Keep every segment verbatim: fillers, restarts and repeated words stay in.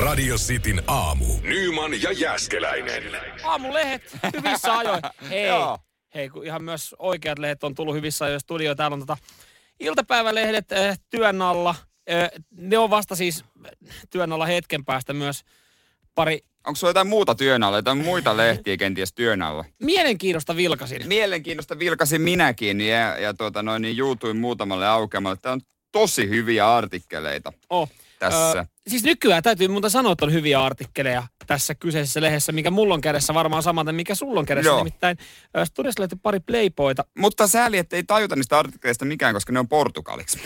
Radio Cityn aamu. Nyman ja Jääskeläinen. Aamulehdet hyvissä ajoin. Hei, hei, kun ihan myös oikeat lehdet on tullut hyvissä ajoin studioon. Täällä on tota iltapäivälehdet äh, työn alla. Äh, ne on vasta siis työn alla hetken päästä myös pari. Onko sulla jotain muuta työn alla, jotain muita lehtiä kenties työn alla? Mielenkiintoista vilkasin. Mielenkiintoista vilkasin minäkin ja, ja tuota, noin, niin juutuin muutamalle aukeamalle. Tämä on tosi hyviä artikkeleita oh. tässä. Ö, siis nykyään täytyy muuta sanoa, että on hyviä artikkeleja tässä kyseisessä lehdessä, mikä mulla on kädessä varmaan samaten, mikä sulla on kädessä. Joo. Nimittäin studiossa löytyy pari playboyta. Mutta sääli, että ei tajuta niistä artikkeleista mikään, koska ne on portugaliksi.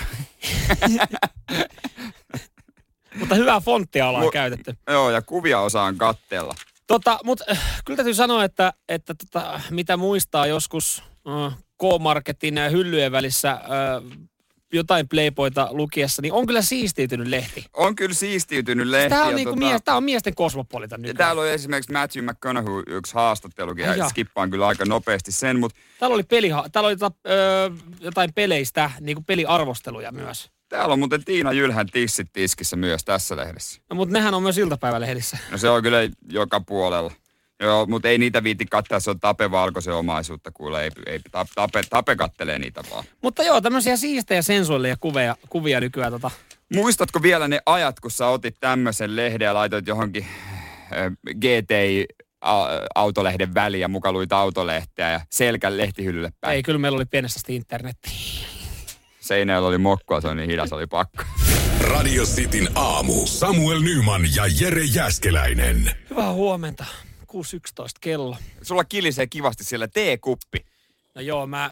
Mutta hyvää fonttialaa on käytetty. Joo, ja kuvia osaan katsella. Tota, mutta äh, kyllä täytyy sanoa, että, että tota, mitä muistaa joskus äh, K-Marketin hyllyjen välissä äh, jotain playboyta lukiessa, niin on kyllä siistiytynyt lehti. On kyllä siistiytynyt lehti. Tämä on, niinku tota, mies, tää on miesten kosmopolitan nyt. Täällä oli esimerkiksi Matthew McConaughey yksi haastattelukin, ja skippaan kyllä aika nopeasti sen, mutta... Täällä oli, peli, täällä oli tota, ö, jotain peleistä, niin kuin peliarvosteluja myös. Täällä on muuten Tiina Jylhän tissit tiskissä myös tässä lehdessä. No, mutta nehän on myös iltapäivälehdissä. No se on kyllä joka puolella. Joo, mutta ei niitä viiti kattaa, se on Tape Valkoisen omaisuutta, kuule, ei, ei tape, tape kattelee niitä vaan. Mutta joo, tämmöisiä siistejä sensuilleja kuvia, kuvia nykyään tota. Muistatko vielä ne ajat, kun sä otit tämmöisen lehden ja laitoit johonkin äh, G T I-autolehden väliin ja muka luit autolehteä ja selkän lehtihyllylle päin? Ei, kyllä meillä oli pienestä internettiä. Seinäjällä oli mokkua, se on niin hidas, oli pakko. Radio Cityn aamu. Samuel Nyman ja Jere Jääskeläinen. Hyvää huomenta. kuusi yksitoista kello. Sulla kilisee kivasti siellä teekuppi. No joo, mä...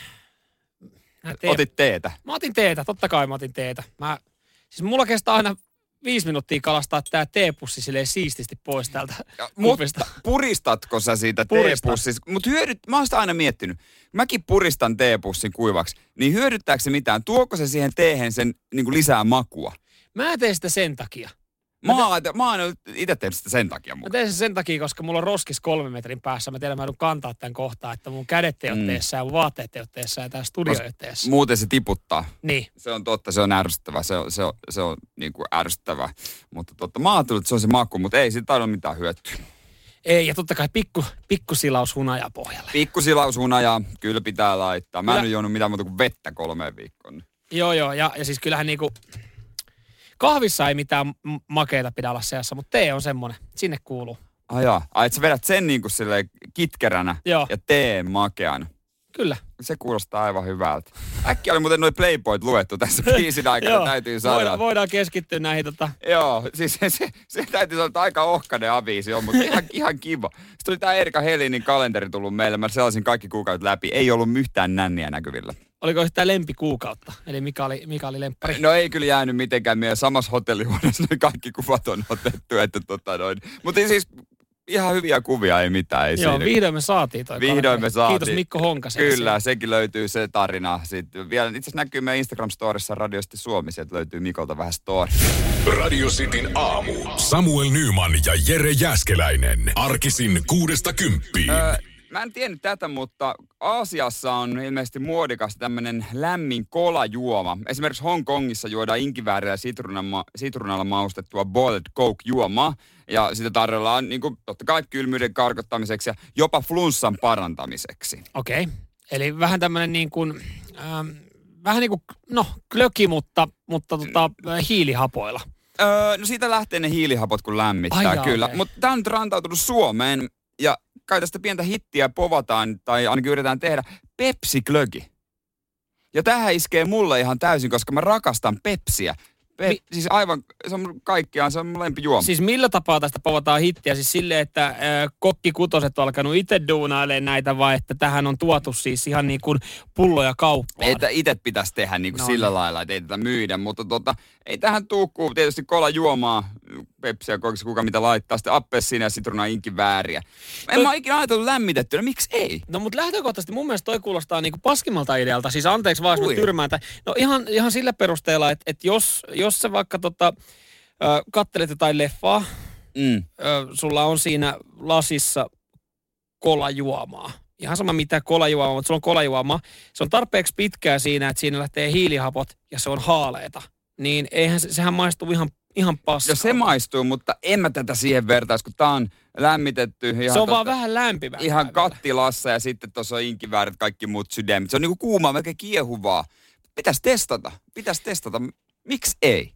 mä tee... Otit teetä? Mä otin teetä, totta kai mä otin teetä. Mä... Siis mulla kestää aina viisi minuuttia kalastaa tää teepussi silleen siististi pois täältä ja, kupista. Mutta puristatko sä siitä teepussista? Mutta hyödyt... Mä oon sitä aina miettinyt. Mäkin puristan teepussin kuivaksi. Niin hyödyttääkö se mitään? Tuoko se siihen teehen sen niin kuin lisää makua? Mä en tee sitä sen takia. Mä, mä, te... mä oon itse tehnyt sitä sen takia mukaan. Mä teen sen sen takia, koska mulla on roskis kolmen metrin päässä. Mä tiedän, mä joudun kantaa tämän kohtaa, että mun kädet ei ole mm. teessä ja mun vaatteet ei ole teessä ja tää studio ei ole teessä. Muuten se tiputtaa. Niin. Se on totta, se on ärsyttävää. Se on, se on, se on niin kuin ärsyttävää. Mutta totta, mä ajattelin, että se on se maku, mutta ei siitä ole mitään hyötyä. Ei, ja totta kai pikku, pikkusilaus hunajaa pohjalle. Pikkusilaus hunajaa, kyllä pitää laittaa. Mä en ole juonut mitään muuta kuin vettä kolmeen viikkoon. Joo, joo, ja, ja siis kyllähän niinku... Kahvissa ei mitään makeita pidä olla seassa, mutta tee on semmoinen. Sinne kuuluu. Ai jaa. Ai, että sä vedät sen niin kuin silleen kitkeränä joo. Ja teen makeana. Kyllä. Se kuulostaa aivan hyvältä. Äkkiä oli muuten noi Playboyt luettu tässä biisin aikana, täytyy saada. Voidaan, voidaan keskittyä näihin tota... Joo, siis se, se, se täytyy sanoa, että aika ohkainen aviisi on, mutta ihan, ihan kiva. Sitten tuli tää Erika Helinin kalenteri tullut meille. Mä sellaisin kaikki kuukaudet läpi. Ei ollut yhtään nänniä näkyvillä. Oliko yhtään lempikuukautta? Eli mikä oli, mikä oli lemppari? No ei kyllä jäänyt mitenkään. Meidän samassa hotellihuoneessa kaikki kuvat on otettu. Että tota noin. Mutta siis ihan hyviä kuvia, ei mitään. Ei joo, siinä. Vihdoin me saatiin toi Vihdoin kalenteri. Me saatiin. Kiitos Mikko Honkasen. Kyllä, siihen. Sekin löytyy se tarina. Sitten vielä itse asiassa näkyy meidän Instagram-storissa Radio City Suomi. Sieltä löytyy Mikolta vähän story. Radio Cityn aamu. Samuel Nyman ja Jere Jääskeläinen. Arkisin kuudesta kymppiin. Öö, Mä en tiennyt tätä, mutta Aasiassa on ilmeisesti muodikas tämmönen lämmin kolajuoma. Esimerkiksi Hongkongissa juodaan inkiväärillä ja sitruunalla, sitruunalla maustettua boiled coke-juomaa. Ja sitä tarjoillaan niin kuin, totta kai kylmyyden karkottamiseksi ja jopa flunssan parantamiseksi. Okei. Okay. Eli vähän tämmönen niin kuin, ähm, vähän niin kuin, no, klöki, mutta, mutta tota, hiilihapoilla. Öö, no siitä lähtee ne hiilihapot, kun lämmittää, Ai jaa, kyllä. Okay. Mutta tää on nyt rantautunut Suomeen ja kai tästä pientä hittiä povataan, tai ainakin yritetään tehdä, Pepsi-klögi. Ja tähän iskee mulle ihan täysin, koska mä rakastan Pepsiä. Pe- Mi- siis aivan, se on kaikkiaan, se on mun lempijuoma. Siis millä tapaa tästä povataan hittiä? Siis silleen, että äh, kokkikutoset on alkanut itse duunailemaan näitä, vai että tähän on tuotu siis ihan niin kuin pulloja kauppaan? Että itse pitäisi tehdä niin kuin no, sillä niin. lailla, että ei tätä myydä, mutta tota, ei tähän tuukkuu tietysti kola juomaa, Pepsiä, kuka mitä laittaa, sitten appelsiina ja sitruuna inkivääriä. En toi... mä ole ikinä ajatellut lämmitettynä, miksi ei? No mutta lähtökohtaisesti mun mielestä toi kuulostaa niinku paskimmalta idealta, siis anteeksi vaan, jos mä tyrmään. No ihan, ihan sillä perusteella, että, että jos, jos sä vaikka tota, äh, kattelet jotain leffaa, mm. äh, sulla on siinä lasissa kolajuomaa. Ihan sama mitä kolajuomaa, mutta sulla on kolajuomaa. Se on tarpeeksi pitkää siinä, että siinä lähtee hiilihapot ja se on haaleeta. Niin eihän se, sehän maistuu ihan Ihan paskaa. Ja se maistuu, mutta en mä tätä siihen vertaisi, kun tää on lämmitetty. Ihan se on totta, vaan vähän lämpimää. Ihan kattilassa ja sitten tuossa on inkiväärit, kaikki muut sydämit. Se on niinku kuumaa, melkein kiehuvaa. Pitäisi testata. Pitäisi testata. Miksi ei?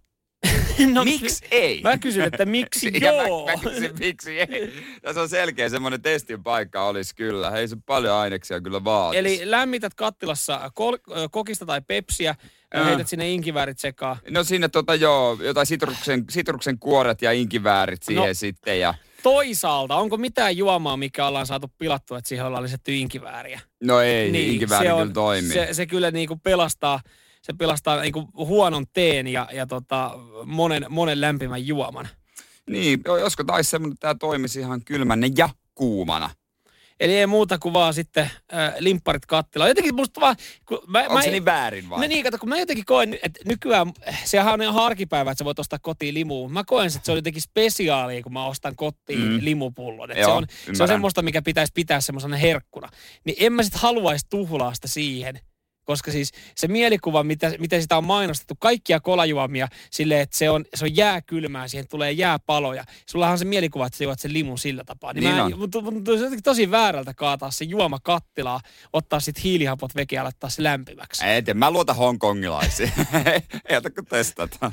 No, miksi ei? Mä kysyn, että miksi joo? Mä, mä kysyn, miksi ei? Tässä on selkeä semmoinen testin paikka olisi kyllä. Ei se paljon aineksia kyllä vaatisi. Eli lämmität kattilassa kol- kokista tai pepsiä, ja heität sinne inkiväärit sekaan. No sinne tota joo, jotain sitruksen, sitruksen kuoret ja inkiväärit siihen no, sitten. Ja... Toisaalta, onko mitään juomaa, mikä ollaan saatu pilattua, että siihen ollaan lisätty inkivääriä? No ei, niin, inkivääri on, kyllä toimii. Se, se kyllä niinku pelastaa, se pelastaa niinku huonon teen ja, ja tota, monen, monen lämpimän juoman. Niin, josko taisi semmoinen, että tämä toimisi ihan kylmänne ja kuumana. Eli ei muuta kuin vaan sitten äh, limpparit kattilaan. Jotenkin musta vaan... Mä, Onko mä, se niin väärin vai? No niin, kato, kun mä jotenkin koen, että nykyään, sehän on ihan arkipäivä, että sä voit ostaa kotiin limuun. Mä koen, että se on jotenkin spesiaalia, kun mä ostan kotiin mm. limupullon. Että Joo, se, on, se on semmoista, mikä pitäisi pitää semmoisena herkkuna. Niin en mä sit haluaisi tuhlaa sitä siihen. Koska siis se mielikuva, mitä, mitä sitä on mainostettu, kaikkia kolajuomia silleen, että se on, se on jääkylmää, siihen tulee jääpaloja. Sullahan on se mielikuva, että sä juot sen limun sillä tapaa. Niin niin mä, mutta, mutta se on tosi väärältä kaataa se juoma kattilaa, ottaa sit hiilihapot veke ja laittaa se lämpimäksi. Ei, en mä luota hongkongilaisiin. Ei ota kun testata.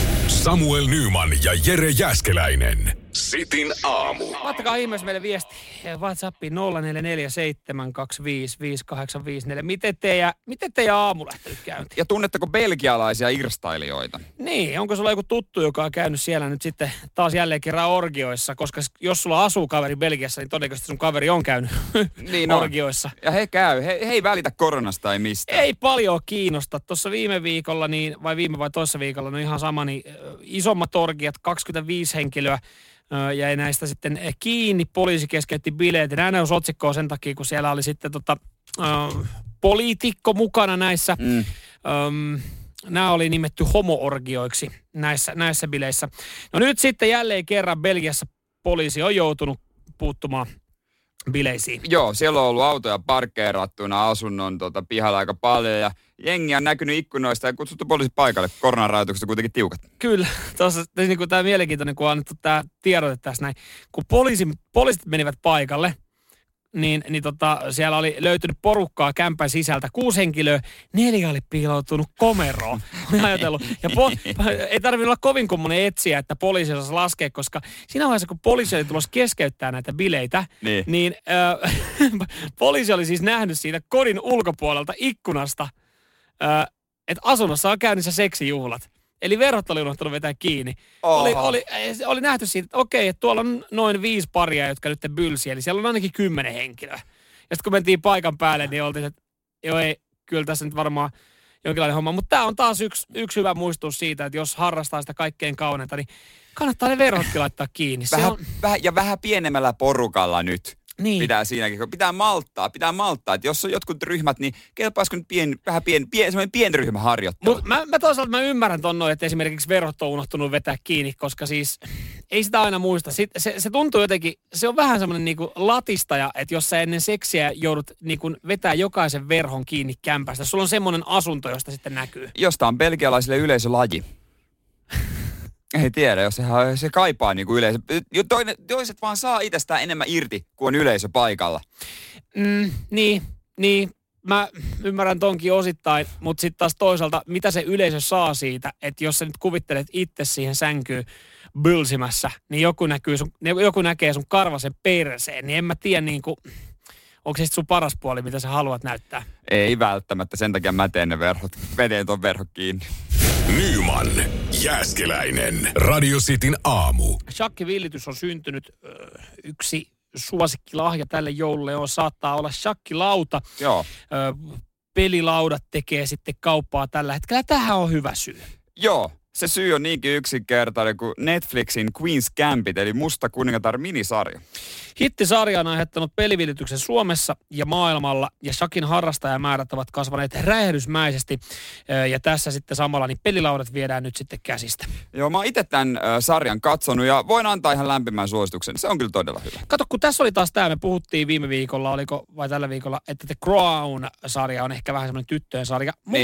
Samuel Nyman ja Jere Jääskeläinen. Sitin aamu. Laittakaa ihmeessä meille viesti WhatsAppiin nolla neljä neljä seitsemän kaksi viisi viisi kahdeksan viisi neljä. Miten teidän, miten teidän aamu lähtenyt käyntiin? Ja tunnetteko belgialaisia irstailijoita? Niin, onko sulla joku tuttu, joka on käynyt siellä nyt sitten taas jälleen kerran orgioissa? Koska jos sulla asuu kaveri Belgiassa, niin todennäköisesti sun kaveri on käynyt niin orgioissa. Ja he käy, he, he ei välitä koronasta tai mistään. Ei paljon kiinnosta. Tuossa viime viikolla, niin, vai viime vai toissa viikolla, no ihan sama, niin isommat orgiat, kaksikymmentäviisi henkilöä. Jäi näistä sitten kiinni, poliisi keskeytti bileet. Nämä nousi otsikkoon sen takia, kun siellä oli sitten tota, äh, poliitikko mukana näissä. Mm. Ähm, nämä oli nimetty homo-orgioiksi näissä, näissä bileissä. No nyt sitten jälleen kerran Belgiassa poliisi on joutunut puuttumaan bileisiin. Joo, siellä on ollut autoja parkkeerattuna asunnon tota, pihalla aika paljon ja jengi on näkynyt ikkunoista ja kutsuttu poliisi paikalle. Koronarajoitukset kuitenkin tiukat. Kyllä. Tuossa niin kuin tämä mielenkiintoinen, kun on annettu tämä tiedote tässä näin. Kun poliisi, poliisit menivät paikalle, niin, niin tota, siellä oli löytynyt porukkaa kämpän sisältä. Kuusi henkilöä, neljä oli piiloutunut komeroon. Olen ajatellut. Ja po- ei tarvitse olla kovin kummonen etsiä, että poliisi osasi laskea, koska siinä vaiheessa, kun poliisi oli tulossa keskeyttää näitä bileitä, niin, niin äh, poliisi oli siis nähnyt siitä kodin ulkopuolelta ikkunasta, äh, että asunnossa on käynnissä seksijuhlat. Eli verhot oli unohtanut vetää kiinni. Oli, oli, oli nähty siitä, että okei, että tuolla on noin viisi paria, jotka nyt bylsiä. Eli siellä on ainakin kymmenen henkilöä. Ja sitten kun mentiin paikan päälle, niin oltiin, että joo ei, kyllä tässä nyt varmaan jonkinlainen homma. Mutta tämä on taas yksi, yksi hyvä muistutus siitä, että jos harrastaa sitä kaikkein kauneinta, niin kannattaa ne verhotkin laittaa kiinni. Vähän, on... vähän, ja vähän pienemmällä porukalla nyt. Niin. Pitää siinäkin, pitää malttaa, pitää malttaa. Että jos on jotkut ryhmät, niin kelpaisiko nyt pien, vähän pien, pien, semmoinen pienryhmäharjoittelu? Mut mä, mä toisaalta mä ymmärrän ton noin, että esimerkiksi verhot on unohtunut vetää kiinni, koska siis ei sitä aina muista. Sit, se, se tuntuu jotenkin, se on vähän semmoinen niinku latistaja, että jos sä ennen seksiä joudut niinku vetää jokaisen verhon kiinni kämpästä. Sulla on semmoinen asunto, josta sitten näkyy. Josta on belgialaisille yleisölaji. Ei tiedä, jos se, se kaipaa niin kuin yleisö. Toinen, toiset vaan saa itsestään enemmän irti, kuin on yleisö paikalla. Mm, niin, niin. Mä ymmärrän tonkin osittain, mutta sitten taas toisaalta, mitä se yleisö saa siitä, että jos sä nyt kuvittelet itse siihen sänkyyn bylsimässä, niin joku, näkyy sun, joku näkee sun karvasen perseen, niin en mä tiedä niin kuin, onko se sun paras puoli, mitä sä haluat näyttää? Ei välttämättä, sen takia mä teen ne verhot, vedän ton verhot kiinni. Nyman, Jääskeläinen, Radio Cityn aamu. Shakkivillitys on syntynyt ö, yksi suosikkilahja tälle joululle on, saattaa olla shakkilauta. Joo. Ö, pelilaudat tekee sitten kauppaa tällä hetkellä. Tähän on hyvä syy. Joo. Se syy on niinkin yksinkertainen kuin Netflixin Queen's Gambit, eli Musta kuningatar minisarja. Hittisarja on aiheuttanut pelivillityksen Suomessa ja maailmalla, ja shakin harrastajamäärät ovat kasvaneet räjähdysmäisesti, ja tässä sitten samalla niin pelilaudat viedään nyt sitten käsistä. Joo, mä oon itse tämän äh, sarjan katsonut, ja voin antaa ihan lämpimän suosituksen. Se on kyllä todella hyvä. Kato, kun tässä oli taas tämä, me puhuttiin viime viikolla, oliko vai tällä viikolla, että The Crown-sarja on ehkä vähän semmoinen tyttöjen sarja. Mun niin. mielestä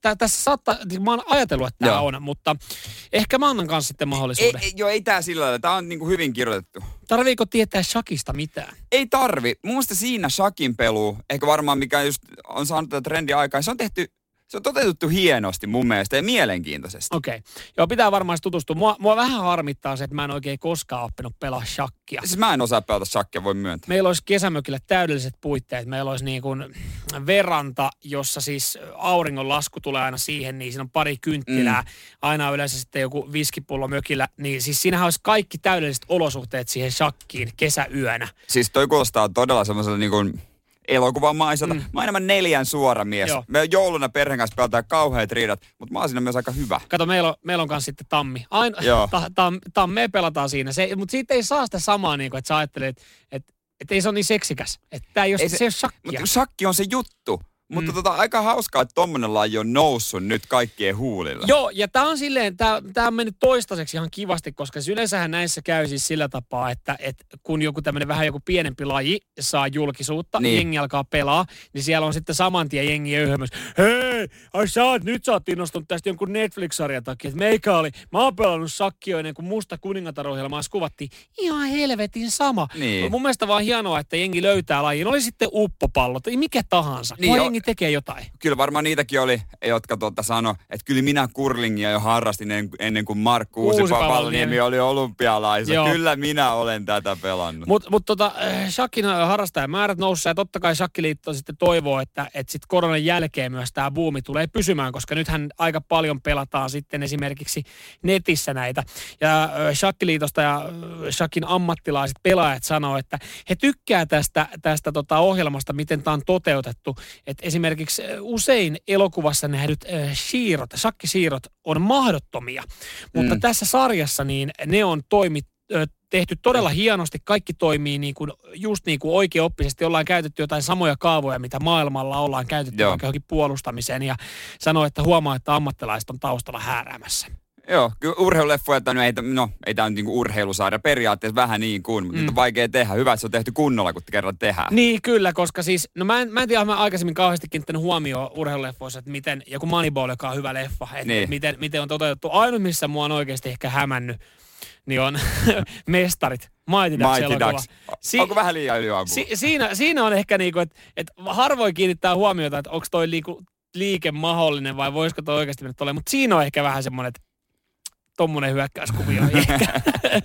tä, tässä saattaa, mä oon ajatellut, että tämä on, mutta ehkä mä annan kanssa sitten mahdollisuuden. Ei, ei, joo, ei tää sillä lailla. Tää on niinku hyvin kirjoitettu. Tarviiko tietää shakista mitään? Ei tarvi. Mun mielestä siinä shakin pelu, ehkä varmaan mikä just on saanut tätä trendiä aikaa, se on tehty, se on toteutettu hienosti mun mielestä ja mielenkiintoisesti. Okei. Okay. Joo, pitää varmaan tutustua. Mua, mua vähän harmittaa se, että mä en oikein koskaan oppinut pelaa shakkia. Siis mä en osaa pelata shakkia, voi myöntää. Meillä olisi kesämökillä täydelliset puitteet. Meillä olisi niin kuin veranta, jossa siis auringon lasku tulee aina siihen, niin siinä on pari kynttilää. Mm. Aina on yleensä sitten joku viskipullo mökillä. Niin siis siinähän olisi kaikki täydelliset olosuhteet siihen shakkiin kesäyönä. Siis toi kuulostaa todella semmoiselle niin kuin elokuvamaiselta. Mm. Mä oon enemmän neljän suora mies. Joo. Me jouluna perheen kanssa pelataan kauheat riidat, mutta mä oon siinä myös aika hyvä. Kato, meillä on, meillä on kanssa sitten tammi. Aina ta, ta, tammea pelataan siinä. Se, mutta siitä ei saa sitä samaa, niin kuin, että sä ajattelet, että, että, että ei se ole niin seksikäs. Että tää ei ole, ei se, se ei ole shakkia. Mutta shakki on se juttu. Mutta mm. tota, aika hauskaa, että tommonen laji on noussut nyt kaikkien huulilla. Joo, ja tää on silleen, tää, tää on mennyt toistaiseksi ihan kivasti, koska yleensähän näissä käy siis sillä tapaa, että, että kun joku tämmönen vähän joku pienempi laji saa julkisuutta, niin jengi alkaa pelaa, niin siellä on sitten saman tien jengi öyhömys. Hei, ai sä oot, nyt sä oot innostunut tästä jonkun Netflix-sarjan takia, että meikä oli, mä oon pelannut shakkia ennen kuin Musta kuningatar-ohjelmaa kuvattiin. Ihan helvetin sama. Niin. Mun mielestä vaan hienoa, että jengi löytää lajin. Oli sitten uppopallo tai mikä tahansa. Niin jengi tekee jotain. Kyllä varmaan niitäkin oli, jotka tuota sanoi, että kyllä minä kurlingia jo harrastin ennen, ennen kuin Markku Uusipalloniemi oli olympialaisa. Joo. Kyllä minä olen tätä pelannut. Mutta mut tota, shakin harrastajamäärät noussut ja totta kai Shakkiliitto sitten toivoo, että, että sitten koronan jälkeen myös tämä buumi tulee pysymään, koska nythän aika paljon pelataan sitten esimerkiksi netissä näitä. Ja Shakkiliitosta ja shakin ammattilaiset pelaajat sanoo, että he tykkää tästä, tästä tota ohjelmasta, miten tämä on toteutettu. Että esimerkiksi usein elokuvassa nähdyt äh, siirrot, shakkisiirrot on mahdottomia, mutta mm. tässä sarjassa niin ne on toimit, äh, tehty todella hienosti. Kaikki toimii niin kuin, just niin kuin oikeaoppisesti. Ollaan käytetty jotain samoja kaavoja, mitä maailmalla ollaan käytetty vaikka johonkin puolustamiseen ja sanoo, että huomaa, että ammattilaiset on taustalla hääräämässä. Joo, kyllä urheiluleffoja, no ei, no, ei tämä nyt niinku urheilusarja periaatteessa vähän niin kuin, mutta mm. on vaikea tehdä. Hyvä, että se on tehty kunnolla, kun kerran tehdään. Niin, kyllä, koska siis, no mä en, mä en tiedä, mä aikaisemmin kauheasti kiinnittänyt huomioon urheiluleffoissa, että miten, joku Moneyball, joka on hyvä leffa, että niin. miten, miten on toteutettu. Ainut, missä mua on oikeasti ehkä hämännyt, niin on Mestarit. Mighty Ducks. Si- Onko vähän liian yliampuva? Si- siinä, siinä on ehkä niinku, että et harvoin kiinnittää huomiota, että onko toi liiku, liike mahdollinen vai voisiko toi oikeasti mennä tolleen. Mutta siinä on ehkä vähän semmoinen, että tommonen hyökkäyskuvio ei ehkä,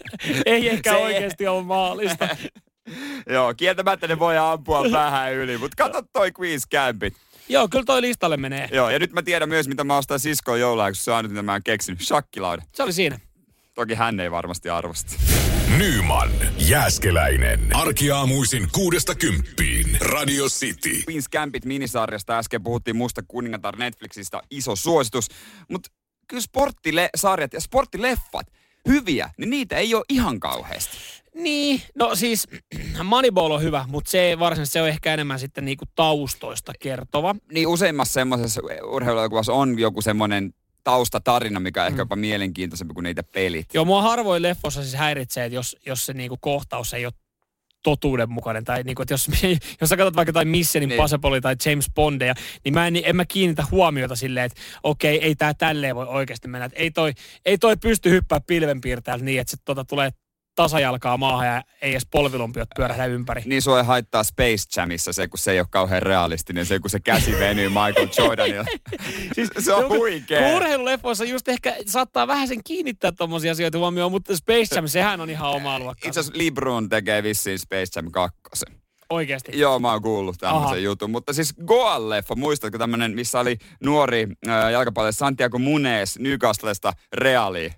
ei ehkä oikeasti ole mahdollista. Joo, kieltämättä ne voi ampua vähän yli, mutta kato toi Queen's Gambit. Joo, kyllä toi listalle menee. Joo, ja nyt mä tiedän myös, mitä mä ostan siskoon joulua, kun se on nyt, mitä mä oon keksinyt. Shakkilauda. Se oli siinä. Toki hän ei varmasti arvosta. Nyman, Jääskeläinen. Arkiaamuisin kuudesta kymppiin. Radio City. Queen's Gambit minisarjasta äsken puhuttiin Musta kuningatar Netflixistä. Iso suositus. Mutta kyllä sporttisarjat ja sporttileffat, hyviä, niin niitä ei ole ihan kauheasti. Niin, no siis Moneyball on hyvä, mutta se varsinaisesti se on ehkä enemmän sitten niinku taustoista kertova. Niin useimmassa semmoisessa urheiluelokuvassa on joku semmoinen taustatarina, mikä on ehkä jopa mielenkiintoisempi kuin niitä pelit. Joo, mua harvoin leffossa siis häiritsee, että jos, jos se niinku kohtaus ei ole totuudenmukainen. Tai niinku, että jos, jos sä katsot vaikka jotain Mission Impossible tai James Bondia, niin mä en, en mä kiinnitä huomiota silleen, että okei, ei tää tälleen voi oikeasti mennä. Että ei toi, ei toi pysty hyppää pilvenpiirtäjältä niin, että se tota, tulee tasajalkaa maahan ja ei edes polvilumpiot pyörähdä ympäri. Niin sua ei haittaa Space Jamissa se, kun se ei ole kauhean realistinen, se kun se käsi venyy Michael Jordanilla. Siis se on huikea. Urheiluleffoissa just ehkä saattaa vähän sen kiinnittää tommosia asioita huomioon, mutta Space Jam, sehän on ihan omaa luokkaa. Itse asiassa LeBron tekee vissiin Space Jam kakkosen. Oikeesti? Joo, mä oon kuullut tämmöisen jutun. Mutta siis Goal-leffa, muistatko tämmönen, missä oli nuori äh, jalkapalloilija Santiago Munez Newcastlesta Realiin?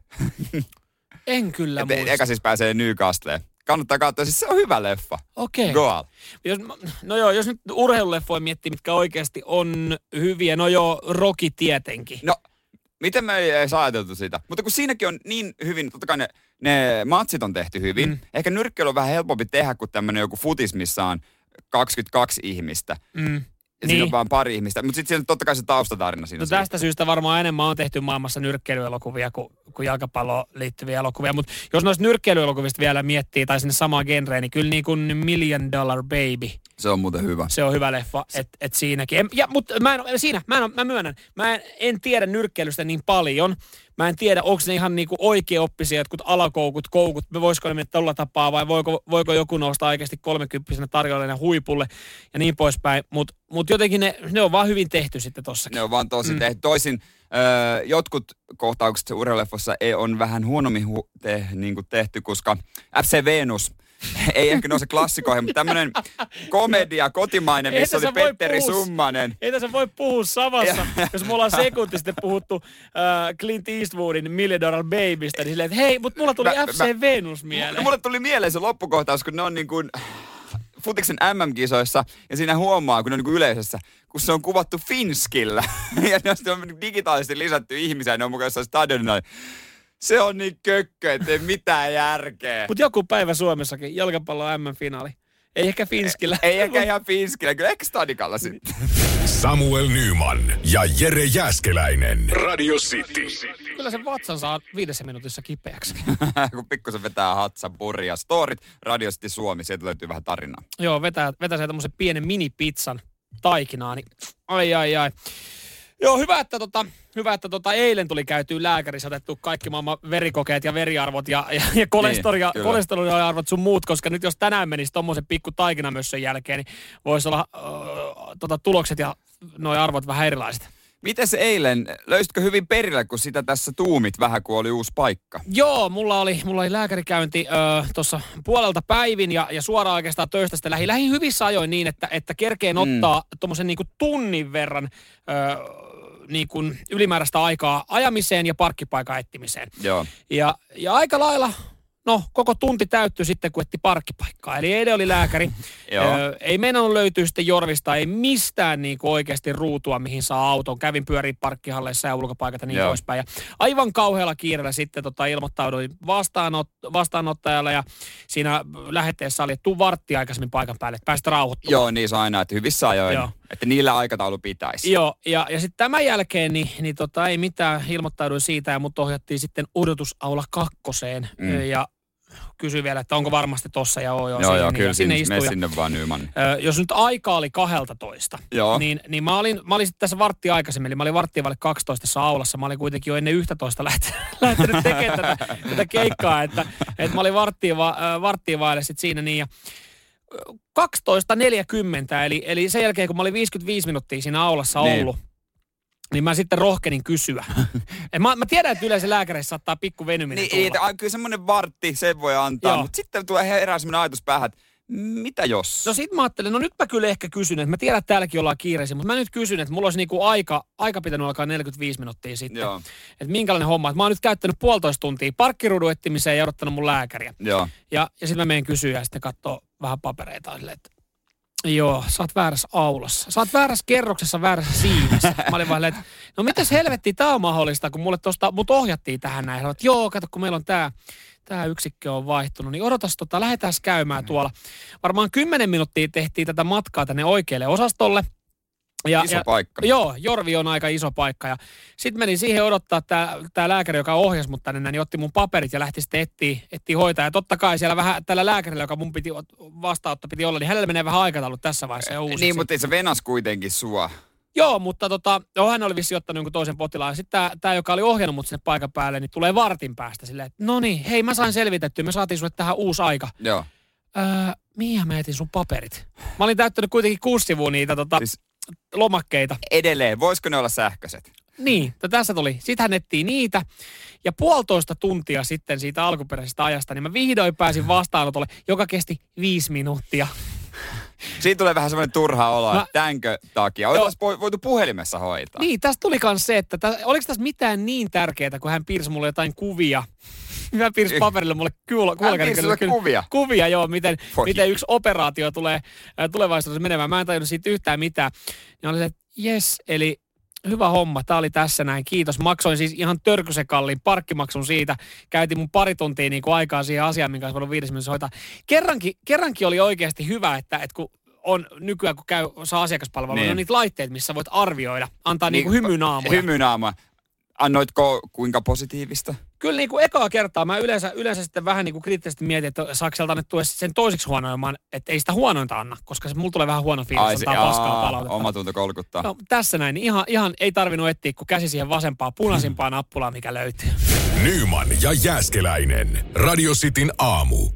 En kyllä muista. Eka siis pääsee Newcastleen. Kannattaa katsoa, siis se on hyvä leffa. Okei. Okay. Goal. Jos, no joo, jos nyt urheiluleffoja miettii, mitkä oikeasti on hyviä, no joo, Rocky tietenkin. No, miten me ei edes ajateltu sitä? Mutta kun siinäkin on niin hyvin, totta kai ne, ne matsit on tehty hyvin. Mm. Ehkä nyrkkeily on vähän helpompi tehdä kuin tämmöinen joku futis, missä on kaksikymmentäkaksi ihmistä. Mm. Ja niin. siinä on vaan pari ihmistä. Mutta sitten siinä on totta kai se taustatarina siinä. No tästä syystä varmaan enemmän on tehty maailmassa nyrkkeilyelokuvia kuin, kuin jalkapalloon liittyviä elokuvia. Mutta jos noista nyrkkeilyelokuvista vielä miettii tai sinne samaan genreen, niin kyllä niin kuin Million Dollar Baby. Se on muuten hyvä. Se on hyvä leffa, että et siinäkin. En, ja, mutta mä en, siinä, mä, en, mä myönnän, mä en, en tiedä nyrkkeilystä niin paljon. Mä en tiedä, onko ne ihan niinku oikeaoppisia jotkut alakoukut, koukut, voisiko ne mennä tällä tapaa vai voiko, voiko joku nousta oikeasti kolmekymppisenä tarjoilijana huipulle ja niin poispäin. Mutta mut jotenkin ne, ne on vaan hyvin tehty sitten tossakin. Ne on vaan tosi mm. tehty. Toisin öö, jotkut kohtaukset urheiluleffossa on vähän huonommin hu- te, niin kuin tehty, koska F C Venus ei ehkä nouse klassikoihin, mutta tämmöinen komedia kotimainen, missä oli Petteri puhua, Summanen. Ei se voi puhua samassa, jos me ollaan sekunti sitten puhuttu äh, Clint Eastwoodin Million Dollar Babystä, niin silleen, että hei, mutta mulla tuli mä, F C mä, Venus mieleen. Mulle tuli mieleen se loppukohtaus, kun ne on niin kuin futiksen M M-kisoissa ja siinä huomaa, kun ne on niin kuin yleisössä, kun se on kuvattu finskillä ja ne on digitaalisesti lisätty ihmisiä, ne on mukaan jossain stadionilla. Se on niin kökkö, ettei mitään järkeä. Mutta joku päivä Suomessakin, jalkapallo M M-finaali. Ei ehkä finskillä. Ei, ei ehkä ihan finskillä, kyllä ehkä stadikalla sitten. Samuel Nyman ja Jere Jääskeläinen. Radio City. Kyllä se vatsan saa viidessä minuutissa kipeäksi. Kun pikkusen vetää hatsa, burja, storit, Radio City Suomi, sieltä löytyy vähän tarinaa. Joo, vetää, vetää se tämmöisen pienen mini-pizzan taikinaa, niin ai ai ai. Joo, hyvä, että, tota, hyvä, että tota, eilen tuli käytyä lääkärissä, otettu kaikki maailman verikokeet ja veriarvot ja, ja, ja kolesteria- niin, kolesteroliarvot sun muut, koska nyt jos tänään menisi tommosen pikku taikinamössön jälkeen, niin voisi olla äh, tota, tulokset ja nuo arvot vähän erilaiset. Miten se eilen, löysitkö hyvin perille, kun sitä tässä tuumit vähän, kun oli uusi paikka? Joo, mulla oli, mulla oli lääkärikäynti äh, tuossa puolelta päivin ja, ja suoraan oikeastaan töistä sitten lähi, lähi hyvissä ajoin niin, että, että kerkeen mm. ottaa tommosen niinku tunnin verran äh, niin kuin ylimääräistä aikaa ajamiseen ja parkkipaikan etsimiseen. Joo. Ja, ja aika lailla, no koko tunti täyttyi sitten, kun etti parkkipaikkaa. Eli eilen oli lääkäri. Ö, ei meinannut löytyä sitten Jorvista, ei mistään niin kuin oikeasti ruutua, mihin saa auton. Kävin pyöriin parkkihalleissa ja ulkopaikat ja niin Joo. poispäin. Ja aivan kauhealla kiireellä sitten tota, ilmoittauduin vastaanot, vastaanottajalle ja siinä lähetteessä oli, että tuu varttia aikaisemmin paikan päälle, että päästä rauhoittumaan. Joo, niin se on aina, että hyvissä ajoin. Joo. Että niillä aikataulu pitäisi. Joo, ja, ja sitten tämän jälkeen niin, niin tota, ei mitään, ilmoittauduin siitä ja mut ohjattiin sitten odotusaula kakkoseen. Mm. Ja kysyin vielä, että onko varmasti tossa ja oo, joo, joo, siihen, joo niin, kyllä sinne sinne, istuin. sinne vaan Nyman. Ö, jos nyt aika oli kahdelta toista, niin, niin mä olin, mä olin sitten tässä varttia aikaisemmin, eli mä olin varttia vaille kaksitoista tässä aulassa. Mä olin kuitenkin jo ennen yksitoista lähtenyt, lähtenyt tekemään tätä, tätä keikkaa, että, että mä olin varttia, va, varttia vaille sitten siinä niin ja kaksitoista neljäkymmentä, eli, eli sen jälkeen kun mä olin viisikymmentäviisi minuuttia siinä aulassa ollut, niin, niin mä sitten rohkenin kysyä. mä, mä tiedän, että yleensä lääkäreissä saattaa pikku venyminen niin, tulla. Niin, kyllä semmoinen vartti, sen voi antaa, mutta sitten tulee herää semmoinen ajatus päähän, että mitä jos? No sit mä ajattelin, no nyt mä kyllä ehkä kysyn, että mä tiedän, että täälläkin ollaan kiireisiä, mutta mä nyt kysyn, että mulla olisi niinku aika, aika pitänyt alkaa neljäkymmentäviisi minuuttia sitten. Joo. Että minkälainen homma, että mä oon nyt käyttänyt puolitoista tuntia parkkiruudun etsimiseen ja odottanut mun lääkäriä. Joo. Ja, ja sitten mä menen kysyä ja sitten katsoo vähän papereita silleen, että joo, sä oot väärässä aulassa. Sä oot väärässä kerroksessa, väärässä siivessä. Mä olin vaan, että no mitäs helvettiä tää on mahdollista, kun mulle tosta, mut ohjattiin tähän näin. Sanoin, että joo, kato, kun meillä on tää, tää yksikkö on vaihtunut, niin odotas tota, lähdetään käymään tuolla. Varmaan kymmenen minuuttia tehtiin tätä matkaa tänne oikealle osastolle. Ja, iso ja, paikka. Joo, Jorvi on aika iso paikka. Ja sitten menin siihen odottaa, että tämä lääkäri, joka ohjasi mut tänne, niin otti mun paperit ja lähti sitten etsiä, etsiä hoitaa. Ja totta kai siellä vähän tällä lääkärillä, joka mun piti vastaanotto piti olla, niin hänellä menee vähän aikataulut tässä vaiheessa ja uusiksi. Niin, mutta ei se venas kuitenkin sua. Joo, mutta tota, joo, hän oli vissi ottanut jonkun toisen potilaan. Sitten tämä, joka oli ohjannut mut sinne paikan päälle, niin tulee vartin päästä silleen, että no niin, hei mä sain selvitettyä, me saatiin sulle tähän uusi aika. Joo. Öö, mihin mä etin sun paperit? Mä olin täyttänyt kuitenkin kuusi sivua niitä tota, siis lomakkeita. Edelleen, voisiko ne olla sähköiset? Niin, tässä tuli. Sitten hän etsii niitä. Ja puolitoista tuntia sitten siitä alkuperäisestä ajasta, niin mä vihdoin pääsin vastaanotolle, joka kesti viisi minuuttia. Siitä tulee vähän semmoinen turha olo, että tämänkö takia. Oltaisiin voitu puhelimessa hoitaa. Niin, tästä tuli myös se, että täs, oliko tässä mitään niin tärkeää, kun hän piirsi mulle jotain kuvia. Hän piirsi paperille mulle kuulla. Hän piirsi sulle kuvia? Kuvia, joo, miten, miten yksi operaatio tulee tulevaisuudessa menemään. Mä en tajunnut siitä yhtään mitään. Ja oli se, että jes, eli hyvä homma, tää oli tässä näin, kiitos. Maksoin siis ihan törkysen kalliin parkkimaksun siitä. Käytin mun pari tuntia niin kuin aikaa siihen asiaan, minkä olisi voinut viides minuutissa hoitaa. Kerrankin, kerrankin oli oikeasti hyvä, että, että kun on nykyään, kun käy, saa asiakaspalvelua, niin. on niitä laitteita, missä voit arvioida, antaa niin, niin niinku hymynaamoja. Hymynaamoja. Annoitko kuinka positiivista? Kyllä niin kuin ekaa kertaa mä yleensä, yleensä sitten vähän niin kuin kriittisesti mietin, että saako sieltä annettua sen toiseksi huonoimman, että ei sitä huonointa anna, koska se, mulla tulee vähän huono fiilis, antaa paskaa palautetta. Omatunto kolkuttaa. No tässä näin, niin ihan, ihan ei tarvinnut etsiä, kun käsi siihen vasempaan punaisimpaan nappulaan, mikä löytyy. Nyman ja Jääskeläinen. Radio Cityn aamu.